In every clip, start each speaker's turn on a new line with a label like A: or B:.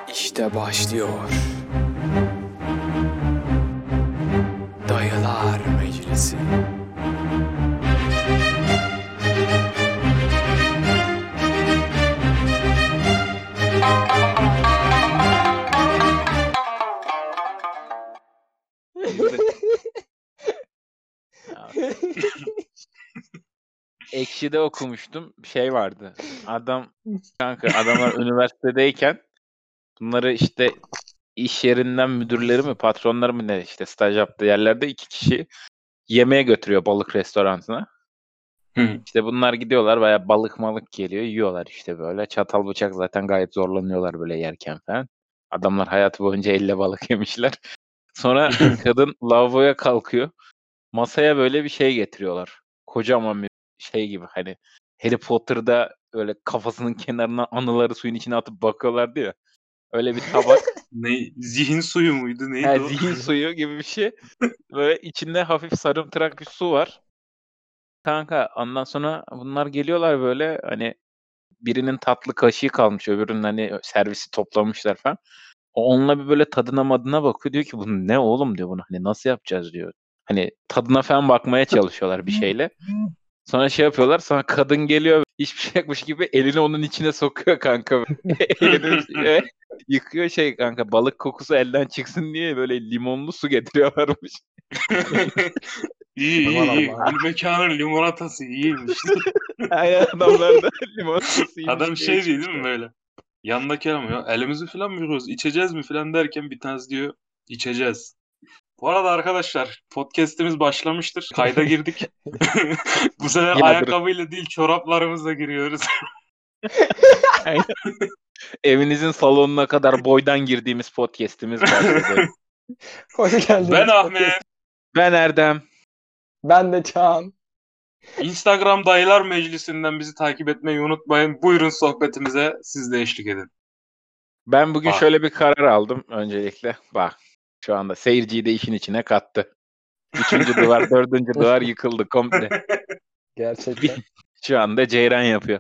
A: İşte başlıyor. Dayılar Meclisi.
B: Ekşi'de okumuştum. Şey vardı. Adamlar üniversitedeyken bunları işte iş yerinden müdürleri mi, patronları mı ne işte staj yaptığı yerlerde 2 kişi yemeğe götürüyor balık restoranına. İşte bunlar gidiyorlar bayağı balık geliyor yiyorlar işte böyle. Çatal bıçak zaten gayet zorlanıyorlar böyle yerken falan. Adamlar hayatı boyunca elle balık yemişler. Sonra kadın lavaboya kalkıyor. Masaya böyle bir şey getiriyorlar. Kocaman bir şey gibi hani Harry Potter'da öyle kafasının kenarına anıları suyun içine atıp bakıyorlardı ya. Öyle bir tabak.
C: Ne? Zihin suyu muydu? Neydi o?
B: Zihin suyu gibi bir şey. Böyle içinde hafif sarımtırak bir su var. Kanka ondan sonra bunlar geliyorlar böyle hani birinin tatlı kaşığı kalmış öbürünün hani servisi toplamışlar falan. O onunla bir böyle tadına madına bakıyor diyor ki bu ne oğlum diyor bunu hani nasıl yapacağız diyor. Hani tadına falan bakmaya çalışıyorlar bir şeyle. Sonra şey yapıyorlar sonra kadın geliyor hiçbir şey yokmuş gibi elini onun içine sokuyor kanka. Elini yıkıyor şey kanka balık kokusu elden çıksın diye böyle limonlu su getiriyorlarmış.
C: İyi. Bu mekanın limonatası iyiymiş.
B: Aynen adamlar da limonatası iyiymiş
C: Adam
B: diye
C: şey diyor değil
B: içmişler.
C: mi böyle? Yanındaki adam ya elimizi falan mı yıkıyoruz? İçeceğiz mi falan derken bir tanesi diyor içeceğiz. Bu arada arkadaşlar podcast'imiz başlamıştır. Kayda girdik. Bu sefer
B: Ya dur.
C: ayakkabıyla değil çoraplarımızla giriyoruz.
B: Aynen. Evinizin salonuna kadar boydan girdiğimiz podcast'imiz başladı.
D: Hoş geldiniz.
C: Ben Ahmet.
B: Ben Erdem.
D: Ben de Çağan.
C: Instagram Dayılar Meclisi'nden bizi takip etmeyi unutmayın. Buyurun sohbetimize siz de eşlik edin.
B: Ben bugün
C: Bak.
B: şöyle bir karar aldım öncelikle. Bak şu anda seyirciyi de işin içine kattı. 3. duvar, 4. duvar yıkıldı komple.
D: Gerçekten.
B: Şu anda Ceyran yapıyor.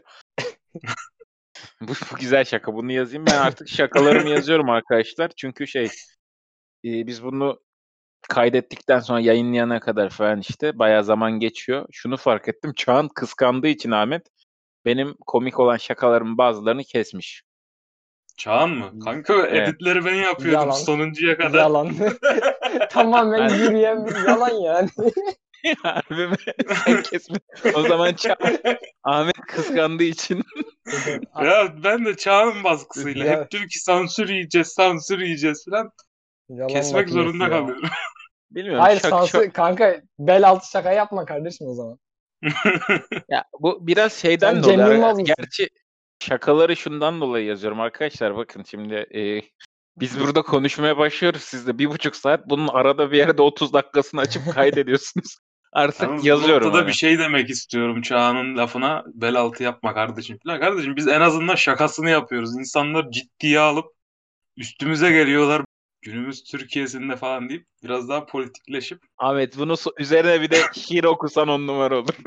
B: Bu güzel şaka. Bunu yazayım. Ben artık şakalarımı yazıyorum arkadaşlar. Çünkü biz bunu kaydettikten sonra yayınlayana kadar falan işte bayağı zaman geçiyor. Şunu fark ettim. Çağan kıskandığı için Ahmet benim komik olan şakalarımın bazılarını kesmiş.
C: Çağan mı? Kanka
B: Evet.
C: editleri ben yapıyordum
D: Yalan.
C: sonuncuya kadar.
D: Yalan. Tamamen
B: Ben-
D: yürüyen bir yalan yani.
B: Harbi mi? Sen kesme. O zaman Çağan Ahmet kıskandığı için
C: Ya ben de Çağan'ın baskısıyla
D: Ya-
C: hep diyor ki sansür yiyeceğiz falan.
D: Yalan
C: Kesmek
D: makinesi
C: zorunda
D: ya.
C: kalıyorum.
B: bilmiyorum.
D: Hayır sansı kanka bel altı şaka yapma kardeşim o zaman.
B: Ya bu biraz şeyden
D: Sen
B: dolayı.
D: Cem Yılmaz mısın?
B: Gerçi şakaları şundan dolayı yazıyorum arkadaşlar. Bakın şimdi biz burada konuşmaya başlıyoruz. Siz de 1,5 saat bunun arada bir yerde 30 dakikasını açıp kaydediyorsunuz. Artık
C: Yalnız bu
B: yazıyorum
C: noktada
B: hani.
C: bir şey demek istiyorum Çağan'ın lafına. Bel altı yapma kardeşim falan. Kardeşim biz en azından şakasını yapıyoruz. İnsanlar ciddiye alıp üstümüze geliyorlar. Günümüz Türkiye'sinde falan deyip biraz daha politikleşip.
B: Ahmet bunu üzerine bir de şiir okusan 10 numara olur.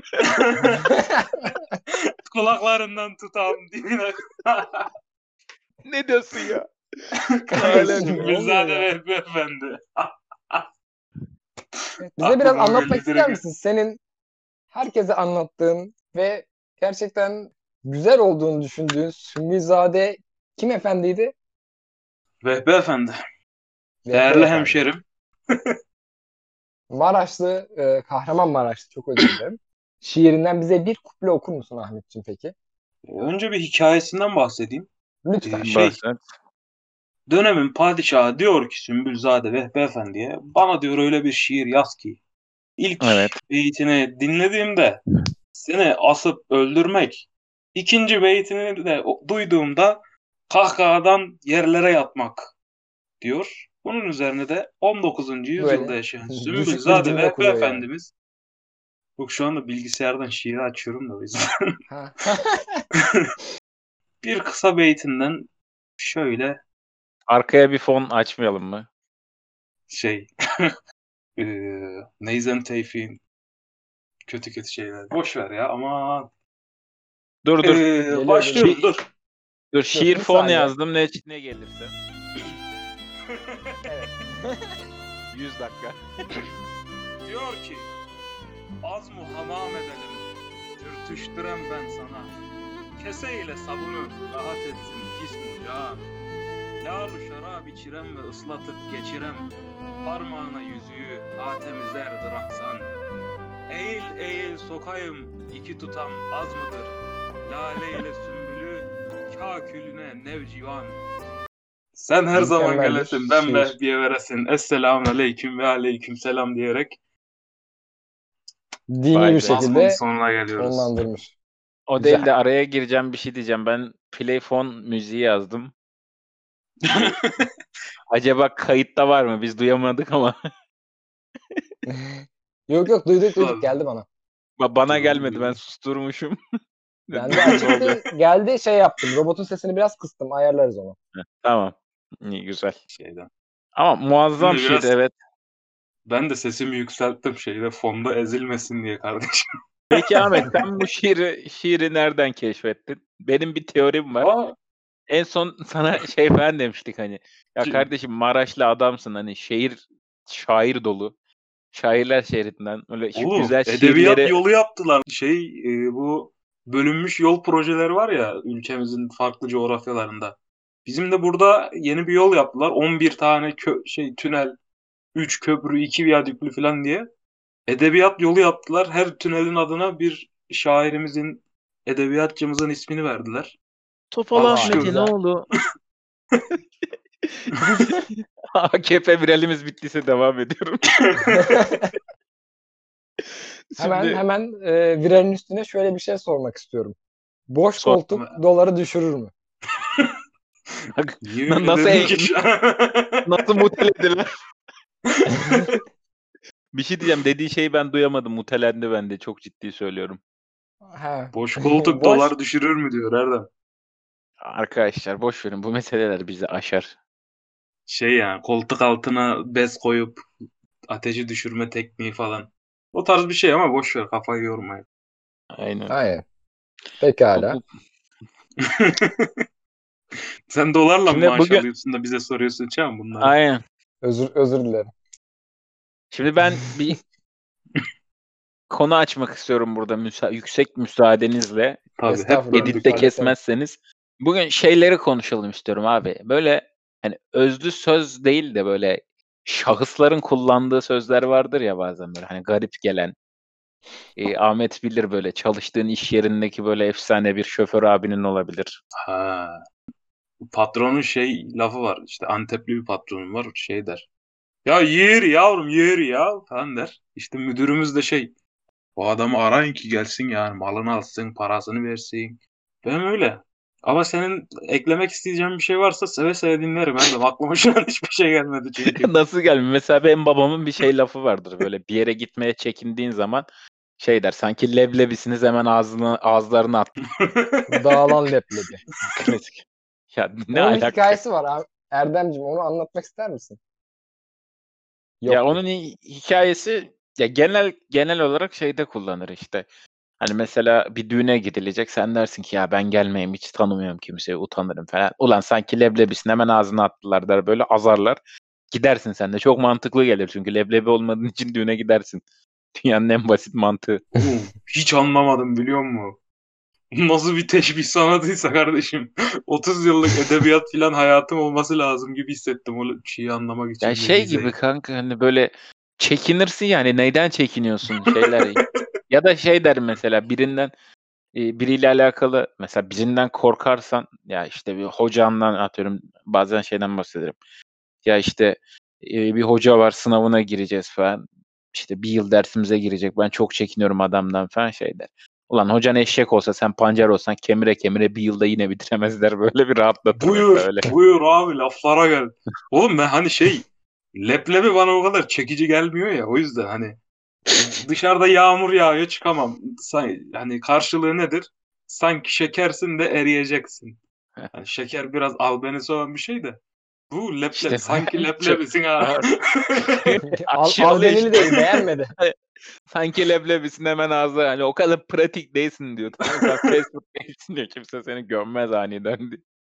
C: Kulaklarından tutalım dibine.
B: Ne diyorsun ya?
D: Kardeşim, ne oluyor
C: Gülzade
D: ya?
C: Vehbi Efendi.
D: Bize biraz
C: Aklıma
D: anlatmak
C: geldikleri
D: ister
C: gün.
D: misin? Senin herkese anlattığın ve gerçekten güzel olduğunu düşündüğün Sümbülzade kim efendiydi?
C: Vehbi Efendi.
D: Vehbi
C: Değerli
D: Efendi.
C: hemşerim.
D: Maraşlı, Kahramanmaraşlı çok özür dilerim. Şiirinden bize bir kuple okur musun Ahmetciğim peki?
C: Önce bir hikayesinden bahsedeyim.
D: Lütfen.
B: Bahset.
C: Dönemin padişahı diyor ki Sümbülzade Vehbi Efendi'ye bana diyor öyle bir şiir yaz ki ilk
B: Evet.
C: beytini dinlediğimde seni asıp öldürmek, ikinci beytini de duyduğumda kahkahadan yerlere yatmak diyor. Bunun üzerine de 19. yüzyılda
D: Böyle
C: yaşayan
D: düşük bir
C: Sümbülzade
D: cümle
C: Vehbi
D: kuruyor yani.
C: Efendimiz. Bak şu anda bilgisayardan şiiri açıyorum da o yüzden.
D: Ha.
C: Bir kısa beytinden şöyle
B: Arkaya bir fon açmayalım mı?
C: şey Neyzen Tevfik'in kötü şeyler. Boş ver ya ama
B: Dur.
D: Geliyor,
C: başlıyorum
B: Şi-
C: dur.
B: Dur şiir
D: bir
B: fon
D: saniye.
B: yazdım ne gelirse.
D: Evet.
B: 100 dakika.
C: Diyor ki az mı hamam edelim, sürtüştürem ben sana. Keseyle sabunu rahat etsin cismu can. Lal şarap içirem ve ıslatıp geçirem. Parmağına yüzüğü hatemizlerdir aksan. Eğil eğil sokayım iki tutam az mıdır? Lale ile sümbülü kakülüne nevcivan. Sen her zaman
D: Mükemmel bir
C: gelesin, ben
D: şiir.
C: bir veresin. Esselamun aleyküm ve aleyküm selam diyerek
D: Dini
B: Vay
D: bir
B: be.
C: Fasmın
D: şekilde
C: sonuna geliyoruz.
D: sonlandırmış.
B: O
D: Güzel.
B: değil de araya gireceğim bir şey diyeceğim. Ben Playfon müziği yazdım. Acaba kayıtta var mı? Biz duyamadık ama
D: Yok duyduk geldi bana.
B: bana gelmedi. Ben
C: Duyuyorum.
B: susturmuşum.
D: Ben de
B: Ne oldu?
D: açıktı geldi şey yaptım. Robotun sesini biraz kıstım. Ayarlarız onu.
B: Tamam. İyi güzel.
C: Şeyden.
B: Ama muazzam
C: Şimdi
B: şiir
C: biraz-
B: evet.
C: Ben de sesimi yükselttim fonda ezilmesin diye kardeşim.
B: Peki Ahmet sen bu şiiri nereden keşfettin? Benim bir teorim var.
C: Aa,
B: En son sana şey falan demiştik hani. Ya
C: Ki-
B: kardeşim Maraşlı adamsın hani şair dolu. Şairler şehrinden öyle şu
C: oğlum
B: güzel
C: edebiyat
B: şiirleri
C: yolu yaptılar. Bu bölünmüş yol projeleri var ya ülkemizin farklı coğrafyalarında. Bizim de burada yeni bir yol yaptılar. 11 tane tünel, 3 köprü, 2 viyadüklü falan diye. Edebiyat yolu yaptılar. Her tünelin adına bir şairimizin, edebiyatçımızın ismini verdiler.
B: Topal
C: Alkış
B: Ahmet'in
D: güzel.
B: oğlu. AKP viralimiz bittiyse devam ediyorum. Şimdi
D: Hemen viralin üstüne şöyle bir şey sormak istiyorum. Boş
B: Sor.
D: koltuk doları düşürür mü?
C: Yemin
B: Nasıl
C: ederim
B: ev-
C: ki şu an-
B: nasıl mutelediler? Bir şey diyeceğim. Dediği şeyi ben duyamadım. Mutelendi bende. Çok ciddi söylüyorum.
D: He.
C: Boş koltuk
D: Boş-
C: dolar düşürür mü diyor Erdem.
B: Arkadaşlar boş verin. Bu meseleler bizi aşar.
C: Yani koltuk altına bez koyup ateşi düşürme tekniği falan. O tarz bir şey ama boş ver kafayı yormayın.
B: Aynen.
D: Hayır. Pekala.
B: Bu-
C: Sen dolarla mı
B: Şimdi
C: maaş
B: bugün-
C: alıyorsun da bize soruyorsun Çağım bunları?
B: Aynen.
D: Özür dilerim.
B: Şimdi ben bir konu açmak istiyorum burada yüksek müsaadenizle.
C: Tabii hep
D: Estağfurullah.
C: gördük.
B: Editte
D: Müsaade
B: kesmezseniz. Bugün şeyleri konuşalım istiyorum abi. Böyle hani özlü söz değil de böyle şahısların kullandığı sözler vardır ya bazen böyle hani garip gelen. Ahmet bilir böyle çalıştığın iş yerindeki böyle efsane bir şoför abinin olabilir.
C: Ha. Patronun lafı var. İşte Antepli bir patronum var. Şey der. Ya yer yavrum yer ya falan der. İşte müdürümüz de bu adamı arayın ki gelsin yani malını alsın, parasını versin. Ben öyle. Ama senin eklemek isteyeceğin bir şey varsa seve seve dinlerim. Ben de aklıma şu an hiçbir şey gelmedi çünkü.
B: Nasıl gelmiyor? Mesela benim babamın bir şey lafı vardır. Böyle bir yere gitmeye çekindiğin zaman şey der. Sanki leblebisiniz hemen ağızlarına at.
D: Dağılan leblebi.
B: Klasik. Ya ne
D: Onun bir
B: alaka?
D: hikayesi var abi. Erdemciğim onu anlatmak ister misin?
B: Ya
D: Yok.
B: onun hikayesi ya genel olarak şeyde kullanır işte. Hani mesela bir düğüne gidilecek. Sen dersin ki ya ben gelmeyeyim hiç tanımıyorum kimseyi utanırım falan. Ulan sanki leblebisini hemen ağzına attılar der böyle azarlar. Gidersin sen de. Çok mantıklı gelir çünkü leblebi olmadığın için düğüne gidersin. Dünyanın en basit mantığı.
C: Oğlum, hiç anlamadım biliyor musun? Nasıl bir teşbih sanatıysa kardeşim. 30 yıllık edebiyat filan hayatım olması lazım gibi hissettim o şeyi anlamak için.
B: Ya şey
C: Nevize'yi.
B: gibi kanka hani böyle çekinirsin yani neyden çekiniyorsun şeyler. Ya da şey der mesela biriyle alakalı mesela birinden korkarsan ya işte bir hocandan atıyorum bazen şeyden bahsederim. Ya işte bir hoca var sınavına gireceğiz falan. İşte bir yıl dersimize girecek. Ben çok çekiniyorum adamdan falan şey der. Ulan hocan eşek olsa sen pancar olsan kemire kemire bir yılda yine bitiremezler. Böyle bir rahatlatır
C: Buyur,
B: mesela öyle.
C: buyur abi laflara gel. Oğlum ben leblebi bana o kadar çekici gelmiyor ya o yüzden dışarıda yağmur yağıyor çıkamam. Hani karşılığı nedir? Sanki şekersin de eriyeceksin. Yani şeker biraz albenisi olan bir şey de. Bu leblebi
B: İşte
C: sanki leblebisin ha.
D: Albenili değil beğenmedi.
B: Sanki leblebisin hemen ağzına yani o kadar pratik değilsin diyor. Tamam sen Facebook değilsin diyor. Kimse seni gömmez aniden diyor.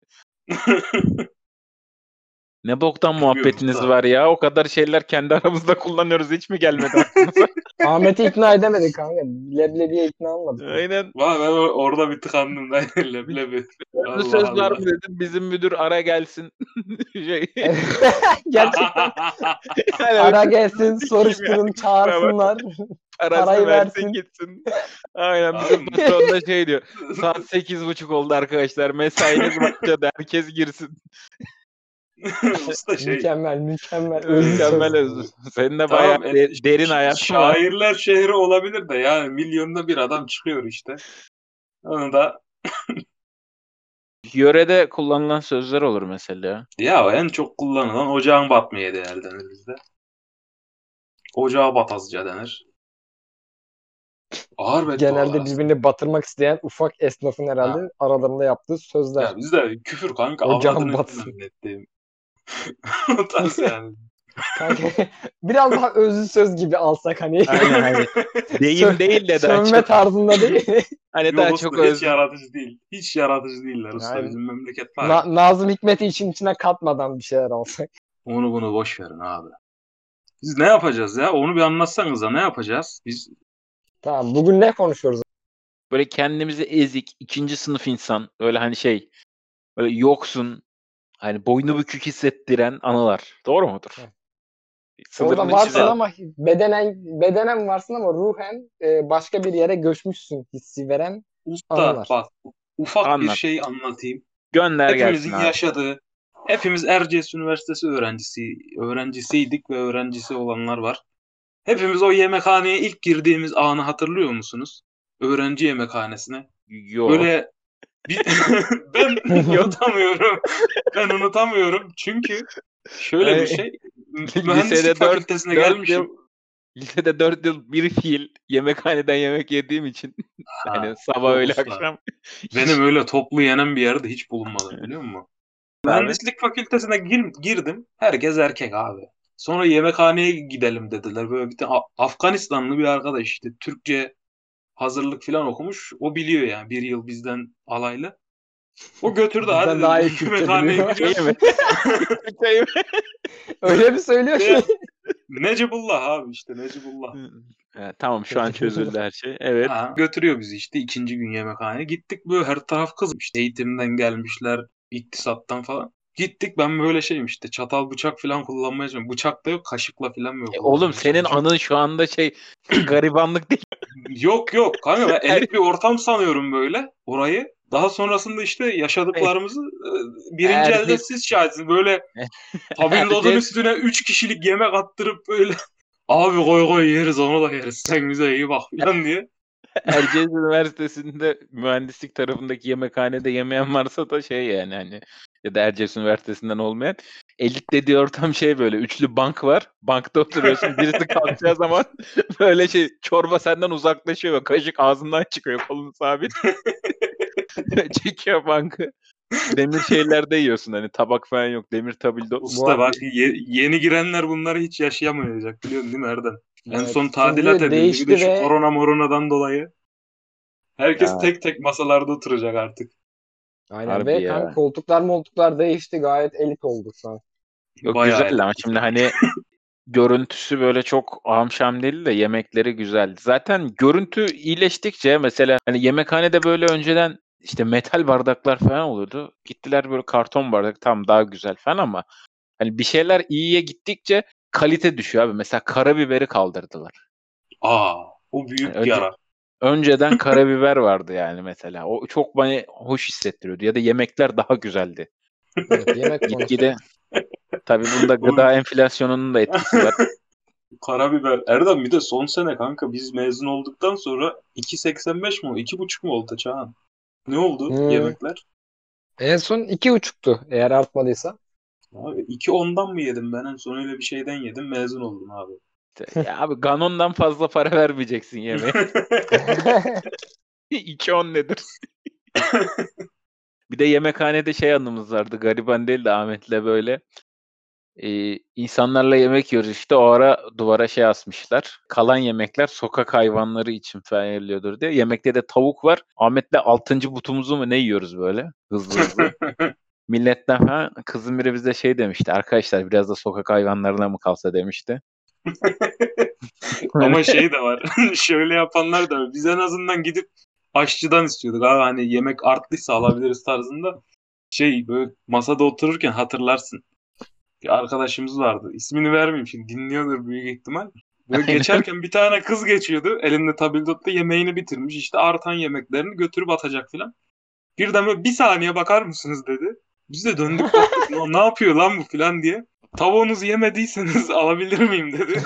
B: Ne boktan
C: Bilmiyorum
B: muhabbetiniz
C: usta.
B: var ya. O kadar şeyler kendi aramızda kullanıyoruz. Hiç mi gelmedi aklınıza?
D: Ahmet'i ikna edemedik kanka. Leblebiye ikna olmadık.
B: Aynen.
C: Vay, ben orada bir tıkandım. Leblebi.
B: Sözlü
C: Allah
B: söz var
C: Allah.
B: mı dedim. Bizim müdür ara gelsin.
D: Gerçekten
B: Yani
D: ara
B: öyle
D: gelsin, soruşturun, çağırsınlar.
B: parasını
D: parayı
B: versin
D: versin.
B: gitsin. Aynen bizim
C: Abi-
B: patron da şey diyor. Saat 8.30 oldu arkadaşlar. Mesainiz başladı. Herkes girsin.
C: Usta şey.
D: Mükemmel. Özlü
B: Mükemmel
D: söz.
B: özür. Senin de
C: Tamam,
B: bayağı derin hayatın var.
C: şairler şehri olabilir de yani milyonda bir adam çıkıyor işte. Onu da
B: Yörede kullanılan sözler olur mesela.
C: ya en çok kullanılan ocağın batmaya değer denir bizde. Ocağa batazca denir. Ağır beddualar
D: Genelde
C: aslında.
D: birbirini batırmak isteyen ufak esnafın herhalde aralarında yaptığı sözler.
C: Ya bizde küfür kanka.
D: Ocağın
C: Avradını
D: batsın.
C: bilmem ne ettiğim. O tarz yani.
D: Kanka biraz daha özlü söz gibi alsak hani.
B: Aynen hani. Deyim değil de daha
D: Sövme
B: çok.
D: tarzında değil.
B: Hani
C: Yok
B: daha
C: usta,
B: çok
C: hiç
B: özür.
C: yaratıcı değil. Hiç yaratıcı değiller usta.
D: Yani
C: Bizim memleket var ya.
D: Nazım Hikmet'i için içine katmadan bir şeyler alsak.
C: Onu bunu boş verin abi. Biz ne yapacağız ya? Onu bir anlatsanıza, ne yapacağız? Biz
D: Tamam, bugün ne konuşuyoruz?
B: Böyle kendimizi ezik, ikinci sınıf insan. Öyle hani şey. Böyle yoksun. Hani boynu bükük hissettiren anılar. Doğru mudur?
D: Evet.
B: Sınırını
D: Orada varsın
B: çizelim.
D: ama bedenen varsın ama ruhen başka bir yere göçmüşsün hissi veren
C: usta
D: anılar.
C: bak, ufak bir
B: Anlat.
C: şey anlatayım.
B: Gönder
C: Hepimizin
B: gelsin abi.
C: yaşadığı, hepimiz Erciyes Üniversitesi öğrencisiydik ve öğrencisi olanlar var. Hepimiz o yemekhaneye ilk girdiğimiz anı hatırlıyor musunuz? Öğrenci yemekhanesine.
B: Yok.
C: Böyle ben unutamıyorum. Ben unutamıyorum çünkü şöyle bir şey. Mühendislik fakültesine gelmişim.
B: Lisede 4 yıl bir fiil yemekhaneden yemek yediğim için hani sabah
C: yok
B: öyle
C: usta.
B: akşam
C: Benim öyle toplu yenen bir yerde hiç bulunmadım, biliyor musun? Mühendislik fakültesine girdim. Herkes erkek abi. Sonra yemekhaneye gidelim dediler. Böyle bir tane Afganistanlı bir arkadaş işte Türkçe hazırlık falan okumuş. O biliyor yani, bir yıl bizden alaylı. O götürdü,
D: Bizden
C: hadi
D: daha
C: dedi,
D: iyi Türkçe
C: yemekhaneye
D: biliyor.
C: gidiyoruz.
B: şey mi? Şey mi?
D: Öyle mi söylüyor
C: Ve-
D: ki?
C: Necibullah abi, işte Necibullah.
B: Tamam şu an çözüldü her şey. Evet.
C: Ha, götürüyor bizi işte ikinci gün yemekhaneye. Gittik, böyle her taraf kız. İşte eğitimden gelmişler, iktisattan falan. Gittik, ben böyle şeyim işte, çatal bıçak falan kullanmaya çalışıyorum. Bıçak da yok, kaşıkla falan mı yok?
B: Oğlum senin anın şu anda şey garibanlık değil.
C: Yok kanka, ben elit bir ortam sanıyorum böyle orayı. Daha sonrasında işte yaşadıklarımızı birinci elden
B: Erciyes-
C: siz şahitsiniz. Böyle tabildotun
B: Erciyes-
C: üstüne 3 kişilik yemek attırıp böyle abi koy yeriz, onu da yeriz, sen bize iyi bak falan diye.
B: Erciyes Üniversitesi'nde mühendislik tarafındaki yemekhanede yemeyen varsa da şey yani hani ya da Erciyes Üniversitesi'nden olmayan elit dediği ortam şey böyle üçlü bank var. Bankta oturuyorsun. Birisi kalkacağı zaman böyle şey çorba senden uzaklaşıyor ve kaşık ağzından çıkıyor, kolun sabit. Çekiyor bankı. Demir şeylerde yiyorsun hani tabak falan yok. Demir tabildot.
C: Usta bak, yeni girenler bunları hiç yaşayamayacak, biliyorsun değil mi Erdem? En
D: Evet,
C: son tadilat
D: çünkü
C: edildi. Bir de şu
D: değişti ve
C: koronadan dolayı. Herkes
B: Ya.
C: tek tek masalarda oturacak artık.
D: aynen
B: Harbi
D: ve
B: ya.
D: kanka koltuklar değişti, gayet elit oldu şu an.
B: Yok
C: Bayağı
B: güzel ama
C: elit.
B: şimdi hani görüntüsü böyle çok amşam değil de yemekleri güzeldi. Zaten görüntü iyileştikçe mesela hani yemekhanede böyle önceden işte metal bardaklar falan oluyordu. Gittiler böyle karton bardak, tam daha güzel falan ama hani bir şeyler iyiye gittikçe kalite düşüyor abi. Mesela karabiberi kaldırdılar.
C: O büyük
B: Hani
C: yara.
B: önceden karabiber vardı yani mesela. O çok bana hoş hissettiriyordu ya da yemekler daha güzeldi.
D: Evet, yemek konusu.
B: Gitgide tabii bunda gıda enflasyonunun da etkisi var.
C: Karabiber. Erdem, bir de son sene kanka biz mezun olduktan sonra 2.85 mi o? 2.5 mu oldu Çağan? Ne oldu yemekler?
D: En son 2,5'tu eğer artmadıysa.
C: Abi 2.10'dan mı yedim ben? En son öyle bir şeyden yedim, mezun oldum abi.
B: Ya abi Ganon'dan fazla para vermeyeceksin yemeğe. 2.10 nedir? Bir de yemekhanede şey anımız vardı. Gariban değil de Ahmet'le böyle. İnsanlarla yemek yiyoruz işte. O ara duvara şey asmışlar. Kalan yemekler sokak hayvanları için falan veriliyordur diye. Yemekte de tavuk var. Ahmet'le 6. butumuzu mu ne yiyoruz böyle? Hızlı hızlı. Milletten falan kızım biri bize şey demişti. Arkadaşlar biraz da sokak hayvanlarına mı kalsa demişti.
C: Ama şey de var. Şöyle yapanlar da var. Biz en azından gidip aşçıdan istiyorduk. Abi hani yemek arttıysa alabiliriz tarzında. Şey böyle masada otururken hatırlarsın. Bir arkadaşımız vardı. İsmini vermeyeyim şimdi. Dinliyordur büyük ihtimal. Böyle
B: Aynen.
C: geçerken bir tane kız geçiyordu. Elinde tabildotla yemeğini bitirmiş. İşte artan yemeklerini götürüp atacak filan. Birden böyle bir saniye bakar mısınız dedi. Biz de döndük baktık. Ne yapıyor lan bu filan diye. Tavuğunuzu yemediyseniz alabilir miyim dedi.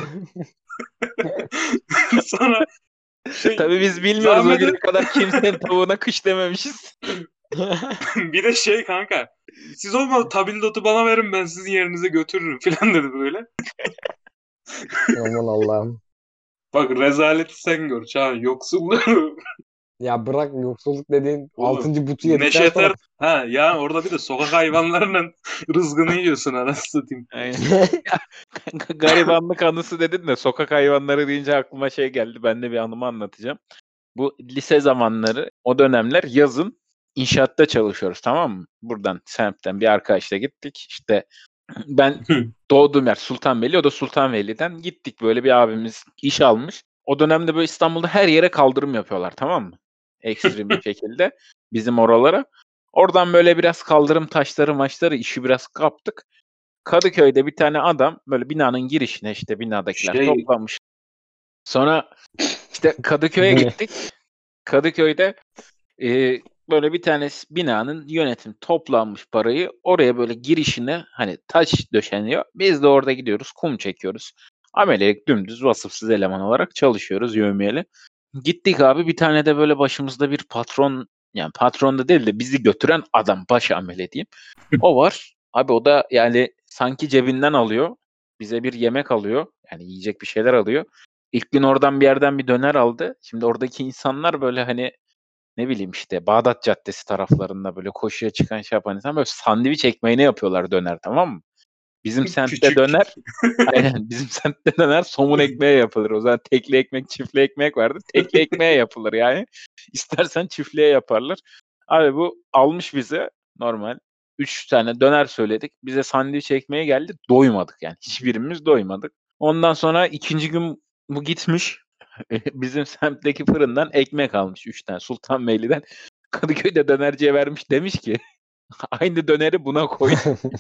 C: Sonra
B: Tabii biz bilmiyoruz o
C: zahmet
B: güne
C: et-
B: kadar kimsenin tavuğuna kış dememişiz.
C: bir de şey kanka. Siz olmadı tabildotu bana verin ben sizin yerinize götürürüm filan dedi böyle.
D: Aman Allah'ım.
C: Bak rezaleti sen gör Çağan. Yoksulluğu.
D: Ya bırak yoksulluk dediğin
C: Oğlum,
D: 6. butu yedikten
C: Neşet
D: sonra.
C: Ha yani orada bir de sokak hayvanlarının rızkını yiyorsun anasını satayım.
B: Aynen. Garibanlık anısı dedin de sokak hayvanları deyince aklıma şey geldi. Ben de bir anımı anlatacağım. Bu lise zamanları o dönemler yazın inşaatta çalışıyoruz, tamam mı? Buradan semtten bir arkadaşla gittik. İşte ben doğduğum yer Sultanbeyli, o da Sultanbeyli'den gittik, böyle bir abimiz iş almış. O dönemde böyle İstanbul'da her yere kaldırım yapıyorlar, tamam mı? Ekstrem bir şekilde bizim oralara. Oradan böyle biraz kaldırım taşları maçları işi biraz kaptık. Kadıköy'de bir tane adam böyle binanın girişine, işte binadakiler
C: Şey
B: toplamış. Sonra işte Kadıköy'e gittik. Kadıköy'de böyle bir tane binanın yönetim toplanmış parayı oraya böyle girişine hani taş döşeniyor. Biz de orada gidiyoruz, kum çekiyoruz. Amelelik dümdüz vasıfsız eleman olarak çalışıyoruz yevmiyeli. Gittik abi, bir tane de böyle başımızda bir patron, yani patron da değil de bizi götüren adam, baş amele diyeyim. O var. Abi o da yani sanki cebinden alıyor. Bize bir yemek alıyor. Yani yiyecek bir şeyler alıyor. İlk gün oradan bir yerden bir döner aldı. Şimdi oradaki insanlar böyle hani ne bileyim işte Bağdat Caddesi taraflarında böyle koşuya çıkan şey yapan insan böyle sandviç ekmeğine yapıyorlar döner, tamam mı? Bizim semtte
C: küçük.
B: döner, aynen bizim semtte döner somun ekmeğe yapılır. O zaman tekli ekmek, çiftli ekmek vardı. Tekli ekmeğe yapılır yani. İstersen çiftliğe yaparlar. Abi bu almış bize normal 3 tane döner söyledik. Bize sandviç ekmeği geldi. Doymadık yani. Hiçbirimiz doymadık. Ondan sonra ikinci gün bu gitmiş. Bizim semtteki fırından ekmek almış 3 tane Sultanbeyli'den. Kadıköy'de dönerciye vermiş, demiş ki aynı döneri buna koy.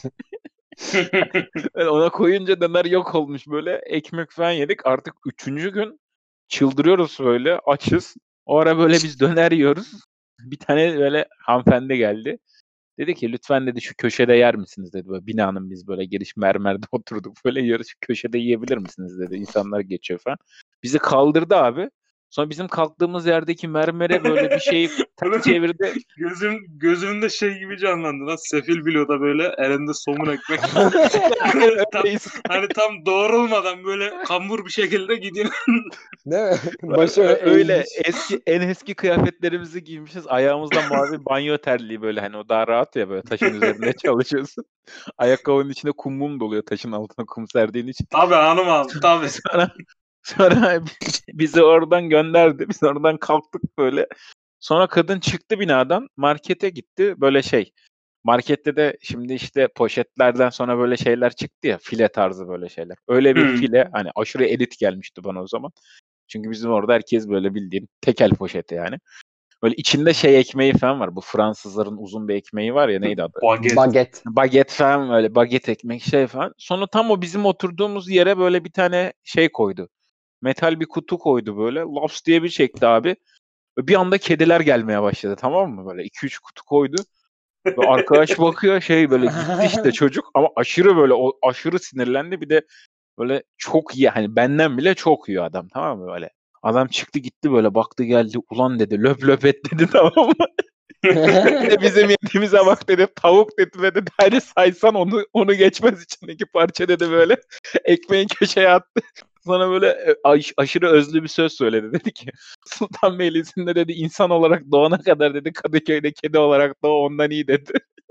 B: Ona koyunca döner yok olmuş böyle. Ekmek falan yedik. Artık 3. gün çıldırıyoruz böyle. Açız. O ara böyle biz döner yiyoruz. Bir tane böyle hanımefendi geldi. Dedi ki lütfen dedi şu köşede yer misiniz dedi. Böyle binanın biz böyle giriş mermerde oturduk. Böyle yarı şu köşede yiyebilir misiniz dedi. İnsanlar geçiyor falan. Bizi kaldırdı abi. Sonra bizim kalktığımız yerdeki mermere böyle bir şeyi ters çevirdi.
C: Gözümde şey gibi canlandı lan. Sefil Bilo'da böyle elinde somun ekmek. tam, hani tam doğrulmadan böyle kambur bir şekilde gidiyor.
D: Değil mi? Başı
B: Öyle
D: eğilmiş.
B: en eski kıyafetlerimizi giymişiz. Ayağımızda mavi banyo terliği böyle, hani o daha rahat ya, böyle taşın üzerinde çalışıyorsun. Ayakkabının içinde kum mum doluyor taşın altına kum serdiğin için.
C: Tabii hanım tabii.
B: Sonra bizi oradan gönderdi. Biz oradan kalktık böyle. Sonra kadın çıktı binadan, markete gitti. Böyle şey, markette de şimdi işte poşetlerden sonra böyle şeyler çıktı ya, file tarzı böyle şeyler. Öyle bir file, hani aşırı elit gelmişti bana o zaman. Çünkü bizim orada herkes böyle bildiğin tekel poşeti yani. Böyle içinde şey ekmeği falan var. Bu Fransızların uzun bir ekmeği var ya, neydi adı?
D: Baget.
B: Baget falan, böyle baget ekmek şey falan. Sonra tam o bizim oturduğumuz yere böyle bir tane şey koydu. Metal bir kutu koydu böyle. Laps diye bir çekti abi. Bir anda kediler gelmeye başladı, tamam mı? Böyle 2-3 kutu koydu. Ve arkadaş bakıyor şey böyle gitti işte çocuk, ama aşırı böyle o aşırı sinirlendi. Bir de böyle çok iyi, hani benden bile çok iyi adam, tamam mı böyle. Adam çıktı gitti böyle baktı geldi, ulan dedi löp löp et dedi, tamam mı? De bizim yediğimize bak dedi, tavuk dedi ve dedi hadi saysan onu geçmez içindeki parça dedi, böyle ekmeğin köşeye attı. Sonra böyle aşırı özlü bir söz söyledi, dedi ki Sultanbeyli'sinde dedi insan olarak doğana kadar dedi Kadıköy'de kedi olarak doğ ondan iyi dedi.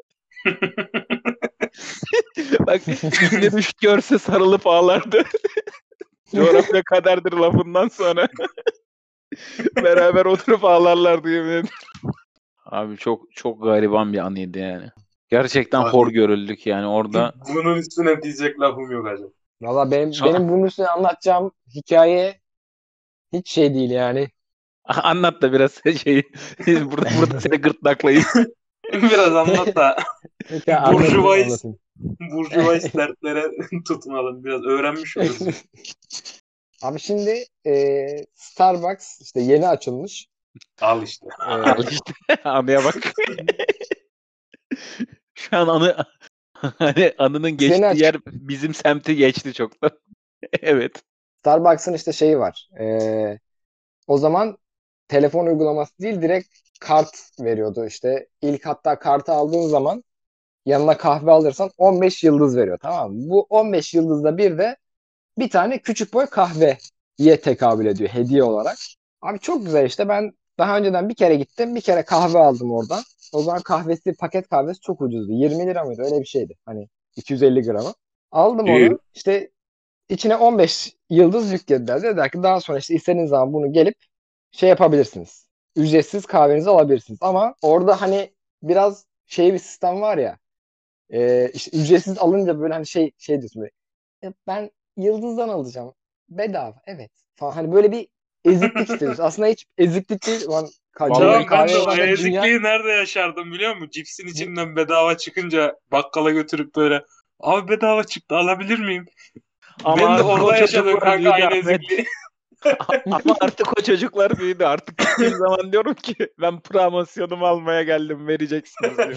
B: Bak bir düş görse sarılıp ağlardı. Coğrafya kaderdir lafından sonra beraber oturup ağlarlardı yemin ederim. Abi çok çok gariban bir anıydı yani. Gerçekten
C: Hadi.
B: hor görüldük yani orada.
C: Bunun üstüne diyecek lafım yok hacı.
D: Valla benim
B: So-
D: bunun üstüne anlatacağım hikaye hiç şey değil yani.
B: Anlat da biraz şeyi. Burada seni gırtlaklayayım.
C: Biraz anlat da
D: Hikaye anlatayım,
C: burjuvayist
D: anlatayım.
C: burjuvayist dertlere tutmayalım. Biraz öğrenmiş oluruz.
D: Abi şimdi Starbucks işte yeni açılmış.
C: Al işte.
B: Al işte. Anıya bak. Şu an hani anının
D: Seni
B: geçtiği
D: aç-
B: yer bizim semti geçti çoktan. Evet.
D: Starbucks'ın işte şeyi var. O zaman telefon uygulaması değil direkt kart veriyordu işte. İlk hatta kartı aldığın zaman yanına kahve alırsan 15 yıldız veriyor, tamam mı? Bu 15 yıldızda bir tane küçük boy kahveye tekabül ediyor hediye olarak. Abi çok güzel işte, ben daha önceden bir kere gittim, bir kere kahve aldım oradan. O zaman paket kahvesi çok ucuzdu. 20 lira mıydı öyle bir şeydi. Hani 250 gramı. Aldım
C: İyi.
D: onu işte, içine 15 yıldız yüklediler. Dediler ki daha sonra işte istediğiniz zaman bunu gelip şey yapabilirsiniz. Ücretsiz kahvenizi alabilirsiniz. Ama orada hani biraz şey bir sistem var ya. İşte ücretsiz alınca böyle hani şey diyorsun böyle. Ben yıldızdan alacağım. Bedava. Evet. Falan. Hani böyle bir eziklik hissediyorsun. Aslında hiç eziklik değil. Ulan
B: Vallahi
D: canım
C: Can ben de
D: kahve
C: o
D: var da dünya.
C: ezikliği nerede yaşardım biliyor musun? Cipsin içinden bedava çıkınca bakkala götürüp böyle abi bedava çıktı alabilir miyim?
B: Ama
C: Ben de
B: artık o
C: orada yaşadım
B: çocuklar
C: kanka
B: büyüdü
C: aynı
B: Ahmet.
C: ezikliği.
B: Ama artık o çocuklar büyüdü. Artık gittiğim zaman diyorum ki ben promosyonumu almaya geldim, vereceksiniz diyor.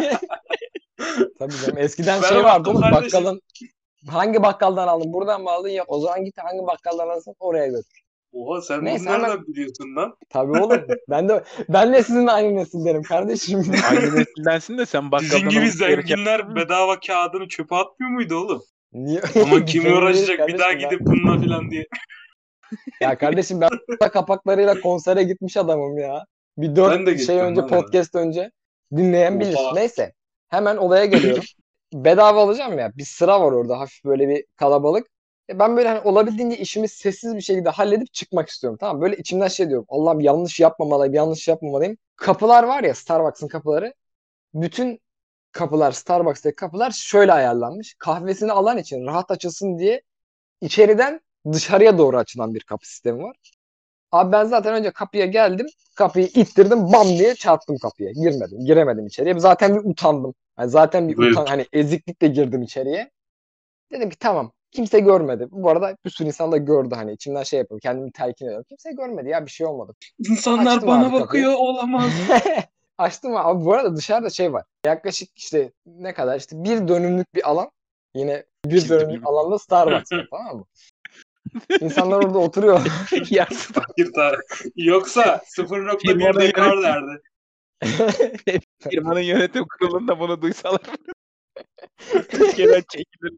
D: Tabii canım. Eskiden
C: Ben
D: şey vardı
C: unuttum
D: oğlum,
C: kardeşim.
D: bakkalın. Hangi bakkaldan aldın? Buradan mı aldın? Yok. O zaman git hangi bakkaldan alırsan oraya götür.
C: Oha sen bunu
D: Neyse hemen,
C: nereden biliyorsun lan?
D: tabii oğlum. Ben de sizinle aynı nesildenim kardeşim.
B: Aynı nesildensin de sen
C: Sizin
B: bakkaldan
C: gibi
B: alışveriş yaptın
C: zenginler
B: mı?
C: bedava kağıdını çöpe atmıyor muydu oğlum?
D: Niye?
C: Aman kim
D: Zengin değiliz
C: uğraşacak bir daha
D: kardeşim ben.
C: gidip bununla filan diye.
D: Ya kardeşim ben kapaklarıyla konsere gitmiş adamım ya. Bir
C: Ben de
D: 4 şey
C: gittim
D: önce,
C: lan ya.
D: podcast önce dinleyen bilir.
C: Oha.
D: Neyse. Hemen olaya geliyorum. Bedava alacağım ya. Bir sıra var orada, hafif böyle bir kalabalık. Ben böyle hani olabildiğince işimi sessiz bir şekilde halledip çıkmak istiyorum. Tamam mı? Böyle içimden şey diyorum. Allah'ım yanlış yapmamalıyım, yanlış yapmamalıyım. Kapılar var ya, Starbucks'ın kapıları. Bütün kapılar, Starbucks'taki kapılar şöyle ayarlanmış. Kahvesini alan için rahat açılsın diye içeriden dışarıya doğru açılan bir kapı sistemi var. Abi ben zaten önce kapıya geldim. Kapıyı ittirdim, bam diye çarptım kapıya. Giremedim içeriye. Zaten bir utandım. Yani zaten bir
C: Buyur.
D: hani eziklikle girdim içeriye. Dedim ki tamam. Kimse görmedi. Bu arada bir sürü insan da gördü, hani içimden şey yapıyorum. Kendimi telkin ediyorum. Kimse görmedi ya, bir şey olmadı.
C: İnsanlar
D: Açtım
C: bana
D: abi kapıyı.
C: bakıyor olamaz.
D: Açtım abi. Bu arada dışarıda şey var. Yaklaşık işte ne kadar, işte bir dönümlük bir alan. Yine bir dönümlük alanda Starbucks var, tamam mı? İnsanlar orada oturuyor.
B: Ya
C: Fakir Yoksa 0.1
B: firmanın
C: dekar
B: yönetimi,
C: derdi.
B: firmanın yönetim kurulunda bunu duysalar Türkiye'den çekilir.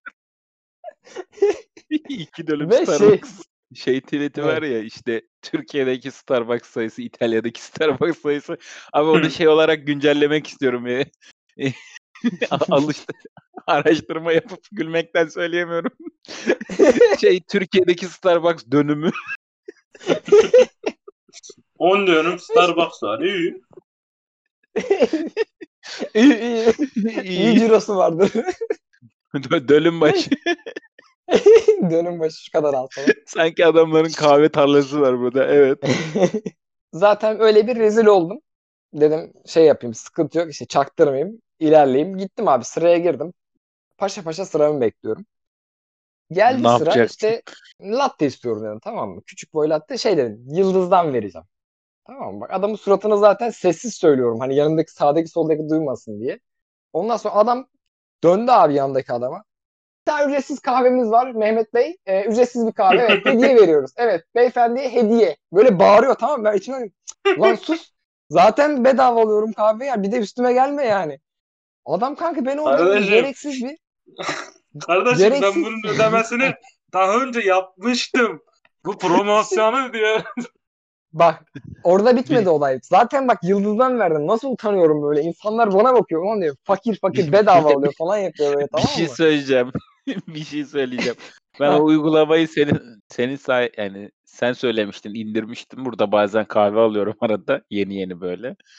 B: 2 dönüm
D: Ve
B: Starbucks. Şey tweet'i var
D: Evet.
B: ya işte Türkiye'deki Starbucks sayısı, İtalya'daki Starbucks sayısı. Abi onu şey olarak güncellemek istiyorum ya. Alıştı. Araştırma yapıp gülmekten söyleyemiyorum. Türkiye'deki Starbucks dönümü.
C: 10 dönüm Starbucks var. İyi.
D: iyi. İyi cirosu vardı.
B: Dönüm başı.
D: Dönüm başı şu kadar alsalar.
B: Sanki adamların kahve tarlası var burada. Evet.
D: Zaten öyle bir rezil oldum. Dedim şey yapayım, sıkıntı yok, işte çaktırmayayım, ilerleyeyim. Gittim abi, sıraya girdim. Paşa paşa sıramı bekliyorum.
B: Ne
D: Geldi sıra,
B: yapacaksın?
D: işte latte istiyorum dedim, tamam mı? Küçük boy latte, şey dedim, yıldızdan vereceğim. Tamam mı? Bak adamın suratını zaten sessiz söylüyorum. Hani yanındaki sağdaki soldaki duymasın diye. Ondan sonra adam döndü abi yanındaki adama. Bir tane ücretsiz kahvemiz var Mehmet Bey. Ücretsiz bir kahve. Evet, hediye veriyoruz. Evet, beyefendiye hediye. Böyle bağırıyor, tamam mı? Ben içimden lan sus. Zaten bedava alıyorum kahve ya. Bir de üstüme gelme yani. Adam kanka beni orada böyle
C: Kardeşim, kardeşim ben
D: gereksiz.
C: bunun ödemesini daha önce yapmıştım. Bu promosyonu diyor.
D: Bak orada bitmedi olay. Zaten bak yıldızdan verdim. Nasıl utanıyorum böyle. İnsanlar bana bakıyor. Ulan diyor fakir bedava alıyor falan yapıyor böyle,
B: Bir
D: tamam
B: şey
D: mı?
B: söyleyeceğim. Bir şey söyleyeceğim. Ben
D: Heh.
B: o uygulamayı yani sen söylemiştin, indirmiştim. Burada bazen kahve alıyorum arada. Yeni böyle.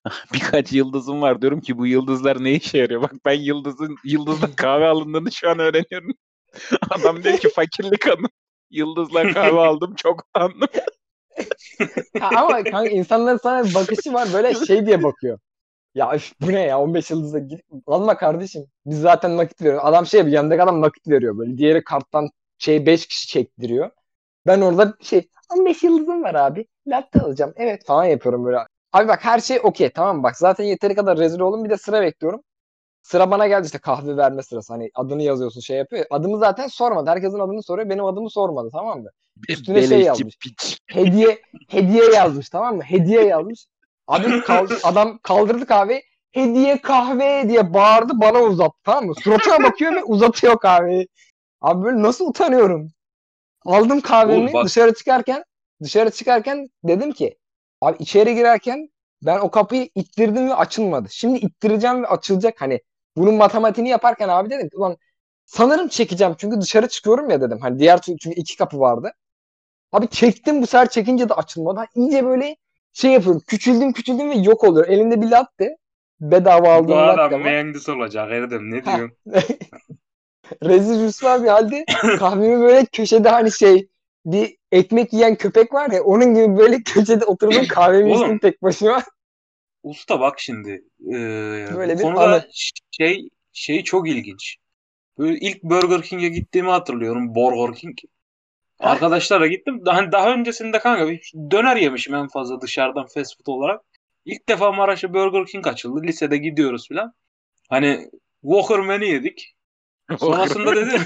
B: Birkaç yıldızım var. Diyorum ki bu yıldızlar ne işe yarıyor? Bak ben yıldızla kahve alındığını şu an öğreniyorum. Adam diyor ki fakirlik anı. Yıldızla kahve aldım çok utandım.
D: Ama kanka insanların sana bir bakışı var böyle şey diye bakıyor. Ya üf, bu ne ya 15 yıldızla git. Alma kardeşim. Biz zaten nakit veriyoruz. Adam şey yapıyor. Yanındaki adam nakit veriyor böyle. Diğeri karttan 5 kişi çektiriyor. Ben orada 15 yıldızım var abi. Latte alacağım. Evet falan yapıyorum böyle. Abi bak her şey okey tamam mı? Bak zaten yeteri kadar rezil oldum. Bir de sıra bekliyorum. Sıra bana geldi işte kahve verme sırası. Hani adını yazıyorsun şey yapıyor. Adımı zaten sormadı. Herkesin adını soruyor. Benim adımı sormadı tamam mı? Üstüne şey
B: Beleşçi
D: yazmış.
B: piç.
D: Hediye yazmış tamam mı? Hediye yazmış. Abi adam kaldırdı kahveyi. Hediye kahve diye bağırdı bana uzattı tamam mı? Suratına bakıyor ve uzatıyor kahveyi. Abi böyle nasıl utanıyorum. Aldım
C: Oğlum
D: kahvemi
C: bak
D: dışarı çıkarken dedim ki abi içeri girerken ben o kapıyı ittirdim ve açılmadı. Şimdi ittireceğim ve açılacak hani bunun matematiğini yaparken abi dedim ki ulan sanırım çekeceğim çünkü dışarı çıkıyorum ya dedim. Hani diğer çünkü iki kapı vardı. Abi çektim bu sefer çekince de açılmadı. Ha, iyice böyle şey yapıyorum. Küçüldüm ve yok oluyor. Elimde bir latte. Bedava
C: bu
D: aldığım
C: adam
D: latte var.
C: mühendis olacak Erdem ne
D: Heh.
C: diyorsun?
D: Rezil rüsva bir halde kahvemi böyle köşede hani bir ekmek yiyen köpek var ya onun gibi böyle köşede oturdum kahvemi içtim
C: Oğlum
D: tek başıma.
C: usta bak şimdi
D: Böyle
C: bu
D: bir
C: konuda
D: anı.
C: şey çok ilginç. Böyle ilk Burger King'e gittiğimi hatırlıyorum. Burger King.
D: Heh.
C: Arkadaşlarla gittim. Daha öncesinde kanka bir döner yemişim en fazla dışarıdan fast food olarak. İlk defa Maraş'a Burger King açıldı. Lisede gidiyoruz filan. Hani Walker menü yedik. Sonrasında dedi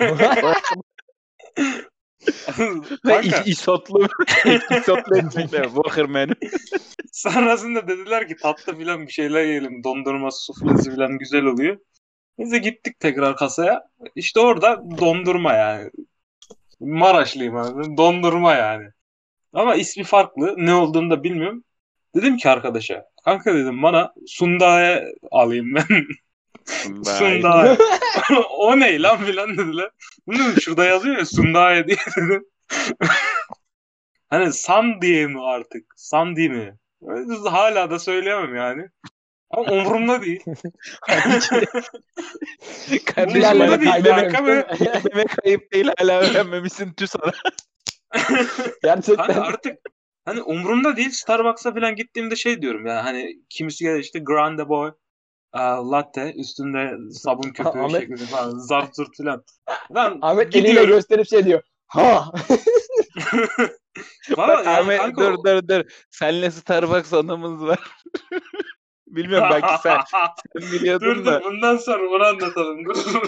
C: kanka
B: İsotlu ekmekler. Walker menü.
C: sonrasında dediler ki tatlı filan bir şeyler yiyelim. Dondurması, suflesi filan güzel oluyor. Biz de gittik tekrar kasaya. İşte orada dondurma yani. Maraşlıyım abi. Dondurma yani. Ama ismi farklı. Ne olduğunu da bilmiyorum. Dedim ki arkadaşa. Kanka dedim bana Sunda'ya alayım ben. Sunda'ya. O ne lan filan dediler. Bunu dedim, şurada yazıyor ya Sunda'ya diye dedim. Hani San diye mi artık? Sandi mi? Hala da söyleyemem yani. Ama umurumda değil.
B: Kardeşim
D: İlerleme
C: Umurumda değil
D: kaydetmemiş
C: kanka
D: değil
C: ve
D: mi?
B: demek ayıp değil hala öğrenmemişsin tüh sana.
D: Gerçekten.
C: hani artık hani umurumda değil. Starbucks'a falan gittiğimde şey diyorum ya hani kimisi gelir işte Grande Boy latte üstünde sabun köpüğü
D: Ahmet,
C: şeklinde falan zart zurt falan. Ben
D: Ahmet eliyle
C: gidiyorum.
D: gösterip şey diyor. Ha.
C: Valla
B: Bak
C: yani
B: Ahmet
C: kanka
B: dur. Seninle Starbucks anımız var. Bilmiyorum belki sen biliyordun
C: dur
B: da.
C: bundan sonra bunu anlatalım. Dur.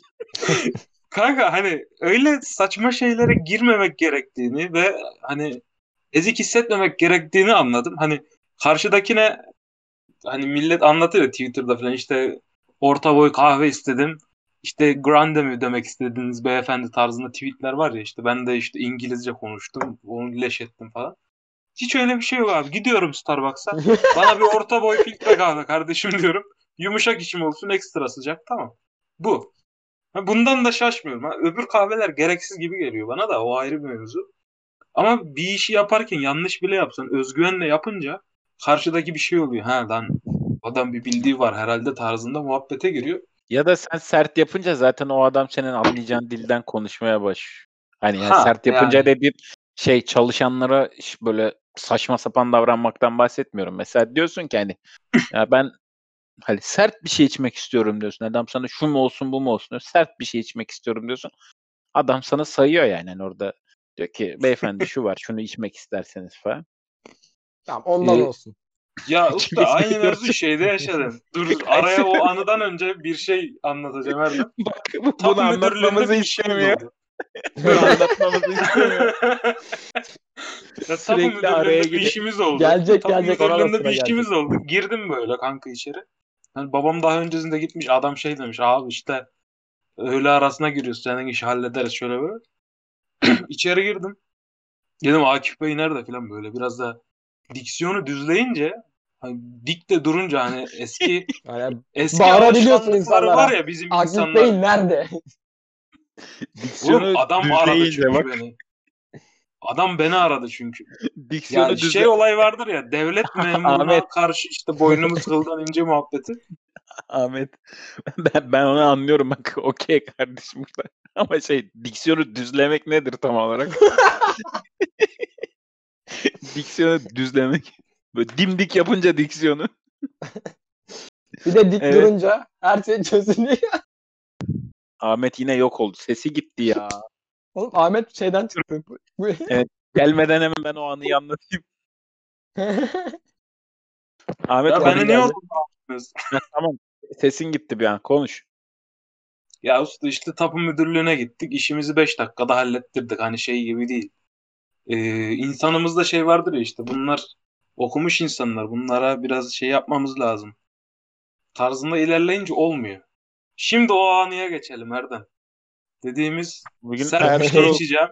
C: Kanka hani öyle saçma şeylere girmemek gerektiğini ve hani ezik hissetmemek gerektiğini anladım. Hani karşıdakine hani millet anlatıyor ya Twitter'da falan işte orta boy kahve istedim. İşte grande mi demek istediğiniz beyefendi tarzında tweetler var ya işte ben de işte İngilizce konuştum. Onu leş ettim falan. Hiç öyle bir şey yok abi. Gidiyorum Starbucks'a. Bana bir orta boy filtre kahve kardeşim diyorum. Yumuşak içim olsun ekstra sıcak tamam. Bu. Ha, bundan da şaşmıyorum. Ha, öbür kahveler gereksiz gibi geliyor bana da o ayrı bir mevzu. Ama bir işi yaparken yanlış bile yapsan özgüvenle yapınca karşıdaki bir şey oluyor. Ha lan adam bir bildiği var herhalde tarzında muhabbete giriyor.
B: Ya da sen sert yapınca zaten o adam senin anlayacağın dilden konuşmaya başlıyor. Hani yani
C: Ha
B: sert yapınca
C: yani.
B: dediğim çalışanlara böyle saçma sapan davranmaktan bahsetmiyorum. Mesela diyorsun ki hani ya ben hani sert bir şey içmek istiyorum diyorsun. Adam sana şu mu olsun bu mu olsun diyor. Sert bir şey içmek istiyorum diyorsun. Adam sana sayıyor yani hani orada diyor ki beyefendi şu var şunu içmek isterseniz falan.
D: Tamam ondan
C: Ee,
D: olsun.
C: Ya
B: Kim
C: usta aynı
B: içmek
C: mevzu
B: diyorsun?
C: şeyde yaşadım. Dur araya
B: Kayseri.
C: o anıdan önce bir şey anlatacağım Erdem.
B: Bak
C: Tapu
B: bunu anlatmamızı
C: müdürlüğünde bir işimiz
B: istemiyor.
C: oldu.
B: Bunu anlatmamızı istemiyor.
C: Ya tapu
B: Sürekli araya
C: müdürlüğünde bir
B: giriyor.
C: işimiz oldu.
D: Gelecek
C: Tapu
D: ona da
C: müdürlüğünde bir
D: sıra gelecek.
C: işimiz oldu. Girdim böyle kanka içeri. Hani babam daha öncesinde gitmiş adam şey demiş abi işte öğle arasına giriyoruz senin işi hallederiz şöyle böyle. İçeri girdim. Dedim Akif Bey nerede falan böyle biraz da diksiyonu düzleyince hani dik de durunca hani
D: Yani
C: eski
D: bağırabiliyorsun
C: alışkanlıkları var
D: insanlara.
C: ya bizim
D: Akif
C: insanlar.
D: Bey nerede?
C: Oğlum
B: Diksiyonu
C: adam aradı
B: düzleyince
C: çünkü
B: bak.
C: beni. Adam beni aradı çünkü.
B: Diksiyonu
C: Ya şey olay vardır ya, devlet memuruna
B: Ahmet.
C: karşı işte boynumuz kıldan ince muhabbeti.
B: Ahmet. Ben onu anlıyorum bak. Okey kardeşim. Ama diksiyonu düzlemek nedir tam olarak? Diksiyonu düzlemek. Böyle dimdik yapınca diksiyonu.
D: Bir de dik
B: Evet.
D: durunca her şey çözülüyor.
B: Ahmet yine yok oldu. Sesi gitti ya.
D: Oğlum Ahmet şeyden çıktı.
B: Gelmeden hemen ben o anıyı anlatayım. Ahmet
C: Ya
B: konu
C: beni niye
B: geldi.
C: oldunuz?
B: Tamam. Sesin gitti bir an. Konuş.
C: Ya usta işte tapu müdürlüğüne gittik. İşimizi 5 dakikada hallettirdik. Hani şey gibi değil. İnsanımızda şey vardır ya, işte bunlar okumuş insanlar. Bunlara biraz şey yapmamız lazım. Tarzında ilerleyince olmuyor. Şimdi o anıya geçelim Erdem. Dediğimiz
B: Bugün
C: sert bir şey
B: Ertuğrul
C: içeceğim.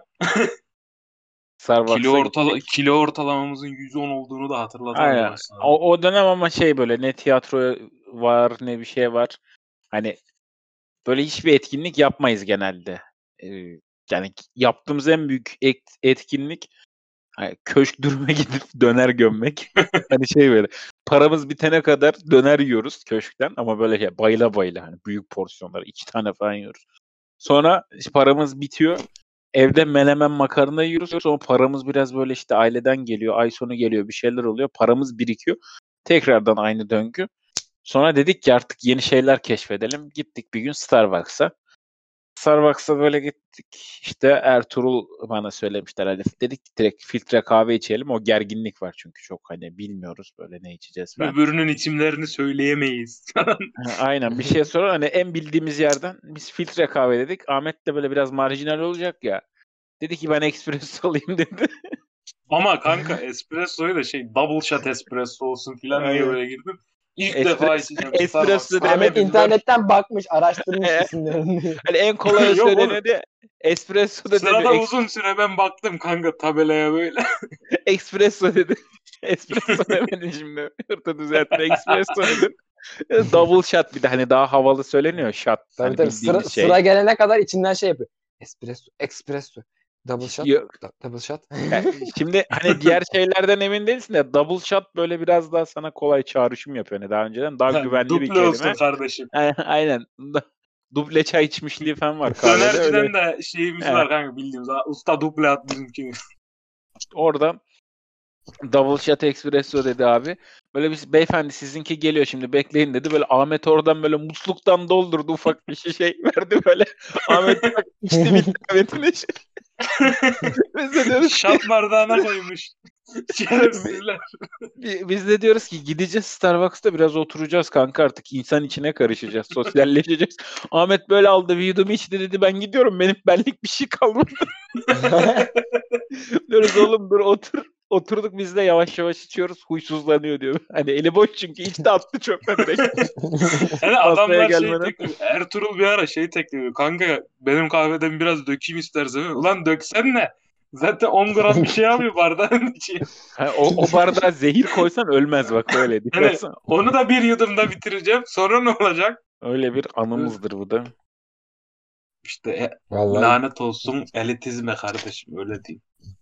B: Starbucks'a gittik.
C: Kilo ortalamamızın 110 olduğunu da hatırlatalım.
B: Aynen.
C: aslında.
B: O dönem ama böyle ne tiyatro var ne bir şey var. Hani böyle hiçbir etkinlik yapmayız genelde. Yani yaptığımız en büyük etkinlik köşk dürüme gidip döner gömmek. Hani böyle paramız bitene kadar döner yiyoruz köşkten ama böyle bayıla bayıla hani büyük porsiyonlar 2 tane falan yiyoruz. Sonra paramız bitiyor. Evde menemen makarna yiyoruz. Sonra paramız biraz böyle işte aileden geliyor. Ay sonu geliyor. Bir şeyler oluyor. Paramız birikiyor. Tekrardan aynı döngü. Sonra dedik ki artık yeni şeyler keşfedelim. Gittik bir gün Starbucks'a. Starbucks'a böyle gittik. İşte Ertuğrul bana söylemişler. Hani dedik direkt filtre kahve içelim. O gerginlik var çünkü çok hani bilmiyoruz böyle ne içeceğiz falan.
C: Öbürünün isimlerini söyleyemeyiz.
B: Aynen bir şey sonra hani en bildiğimiz yerden biz filtre kahve dedik. Ahmet de böyle biraz marjinal olacak ya. Dedi ki ben espresso alayım dedi.
C: Ama kanka espressoyu da double shot espresso olsun filan diye
B: Aynen.
C: böyle girdim. İlk
B: Espresso-
C: defa içeceğim
B: espresso
C: Starbucks'ta.
B: demedim.
D: Ahmet internetten bakmış, araştırmış isimlerini diye.
B: Hani en kolay
C: Yok
B: söyleniyordu. Espresso da
C: Sırada
B: dedi.
C: uzun süre ben baktım kanka tabelaya böyle.
B: Espresso dedi. Espresso demedin şimdi. Hırta düzeltme. Espresso dedin. Double shot bir de hani daha havalı söyleniyor shot.
D: Tabii
B: Hani
D: tabii
B: bildiğimiz
D: sıra gelene kadar içinden şey yapıyor. Espresso, espresso, double shot,
B: Yok.
D: double shot.
B: Yani şimdi hani diğer şeylerden emin değilsin de double shot böyle biraz daha sana kolay çağrışım yapıyor. Hani daha önceden daha güvenli bir
C: Duple olsun
B: kelime.
C: kardeşim.
B: Aynen. Duble çay içmişliği falan var kahvede. Öyle.
C: Dönerciden de şeyimiz
B: He.
C: var kanka bildiğimiz. Usta duple at bizimki.
B: Orada double shot espresso dedi abi. Böyle bir beyefendi sizinki geliyor şimdi bekleyin dedi. Böyle Ahmet oradan böyle musluktan doldurdu ufak bir şişe verdi böyle. Ahmet içti bitti Ahmet'in işi. Biz de diyoruz ki,
C: Şat bardağına koymuş. Şerefsizler.
B: biz de diyoruz ki gideceğiz Starbucks'ta biraz oturacağız kanka artık insan içine karışacağız, sosyalleşeceğiz. Ahmet böyle aldı bir yudum içti dedi ben gidiyorum benim benlik bir şey kalmadı. Diyoruz oğlum dur otur. Oturduk biz de yavaş yavaş içiyoruz. Huysuzlanıyor diyor. Hani eli boş çünkü içti attı çöpe direkt.
C: Yani
B: Masaya
C: adamlar
B: gelmeden.
C: tekliyor. Ertuğrul bir ara tekliyor. Kanka benim kahveden biraz dökeyim istersen. Ulan döksen ne? Zaten 10 gram bir şey alıyor bardağın içi.
B: Ha, o bardağa zehir koysan ölmez bak öyle.
C: Hani
B: Dikkat.
C: onu da bir yudumda bitireceğim. Sonra ne olacak?
B: Öyle bir anımızdır bu da.
C: İşte
D: Vallahi
C: lanet olsun elitizme kardeşim öyle diyeyim.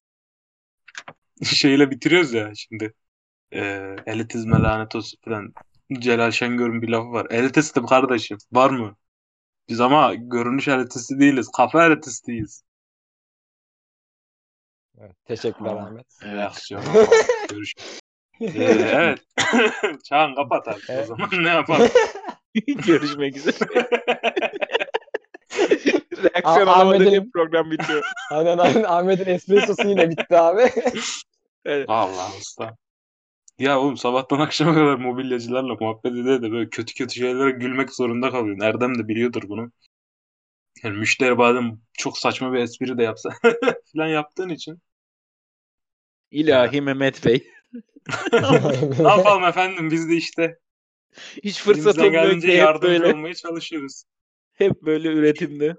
C: Şeyle bitiriyoruz ya şimdi. Elitizme lanet olsun falan. Celal Şengör'ün bir lafı var. Elitistim kardeşim. Var mı? Biz ama görünüş elitisti değiliz. Kafa elitistiyiz.
D: Evet, teşekkürler
B: Tamam.
D: Ahmet.
B: Evet.
C: Reaksiyon. Görüşürüz. Evet. Çağan kapat artık o
D: Evet.
C: zaman. Ne yapalım?
B: Görüşmek üzere. Reaksiyon
D: Ahmet'in-
B: alamadı diye program bitiyor.
D: Aynen Ahmet'in espressosu yine bitti abi.
B: Evet.
C: Allah usta. Ya oğlum sabahtan akşama kadar mobilyacılarla muhabbet ede de böyle kötü kötü şeylere gülmek zorunda kalıyorsun. Erdem de biliyordur bunu. Yani müşteri bazen çok saçma bir espri de yapsa falan yaptığın için.
B: İlahi Mehmet Bey.
C: Ne yapalım efendim biz de işte
B: Hiç fırsat
C: elimizden
B: olmuyor
C: geldiğince
B: ki hep
C: yardımcı
B: böyle.
C: olmaya çalışıyoruz.
B: Hep böyle üretimde.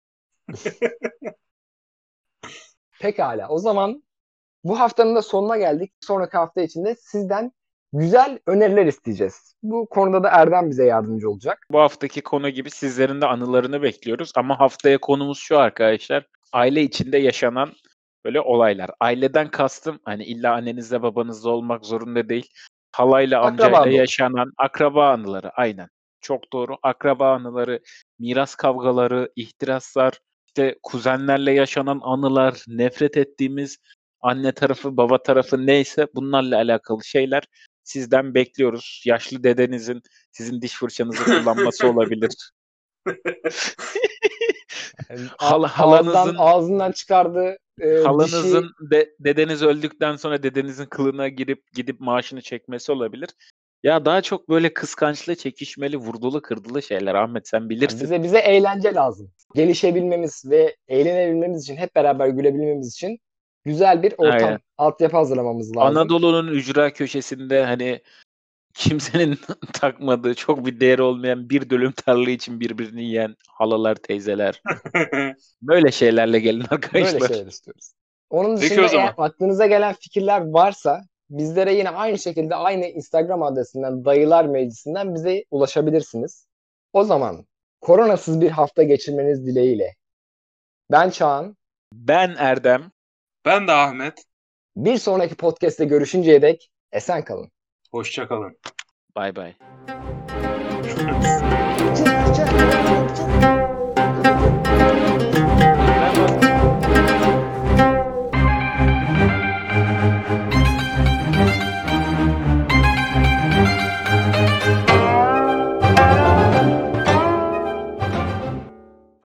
D: Pekala. O zaman bu haftanın da sonuna geldik. Sonraki hafta içinde sizden güzel öneriler isteyeceğiz. Bu konuda da Erdem bize yardımcı olacak.
B: Bu haftaki konu gibi sizlerin de anılarını bekliyoruz. Ama haftaya konumuz şu arkadaşlar. Aile içinde yaşanan böyle olaylar. Aileden kastım hani illa annenizle babanızla olmak zorunda değil. Halayla
D: Akraba
B: amcayla
D: anıları.
B: yaşanan akraba anıları aynen. Çok doğru. Akraba anıları, miras kavgaları, ihtiraslar, işte kuzenlerle yaşanan anılar, nefret ettiğimiz anne tarafı, baba tarafı neyse bunlarla alakalı şeyler sizden bekliyoruz. Yaşlı dedenizin sizin diş fırçanızı kullanması olabilir.
D: Yani
B: Halanızın
D: ağzından çıkardığı dişi
B: dedeniz öldükten sonra dedenizin kılına gidip maaşını çekmesi olabilir. Ya daha çok böyle kıskançlı, çekişmeli, vurdulu, kırdılı şeyler. Ahmet sen
D: yani
B: bilirsin.
D: bize eğlence lazım. Gelişebilmemiz ve eğlenebilmemiz için, hep beraber gülebilmemiz için güzel bir ortam,
B: Aynen.
D: altyapı hazırlamamız lazım.
B: Anadolu'nun ücra köşesinde hani kimsenin takmadığı, çok bir değeri olmayan bir dönüm tarla için birbirini yiyen halalar, teyzeler. Böyle şeylerle gelin
D: Böyle
B: arkadaşlar.
D: şeyler istiyoruz. Onun
C: Peki
D: dışında
C: o zaman.
D: eğer aklınıza gelen fikirler varsa bizlere yine aynı şekilde aynı Instagram adresinden Dayılar Meclisi'nden bize ulaşabilirsiniz. O zaman koronasız bir hafta geçirmeniz dileğiyle. Ben Çağan.
B: Ben Erdem.
C: Ben de Ahmet.
D: Bir sonraki podcast'te görüşünceye dek esen kalın.
C: Hoşça kalın.
B: Bay bay.
D: Çık, çık.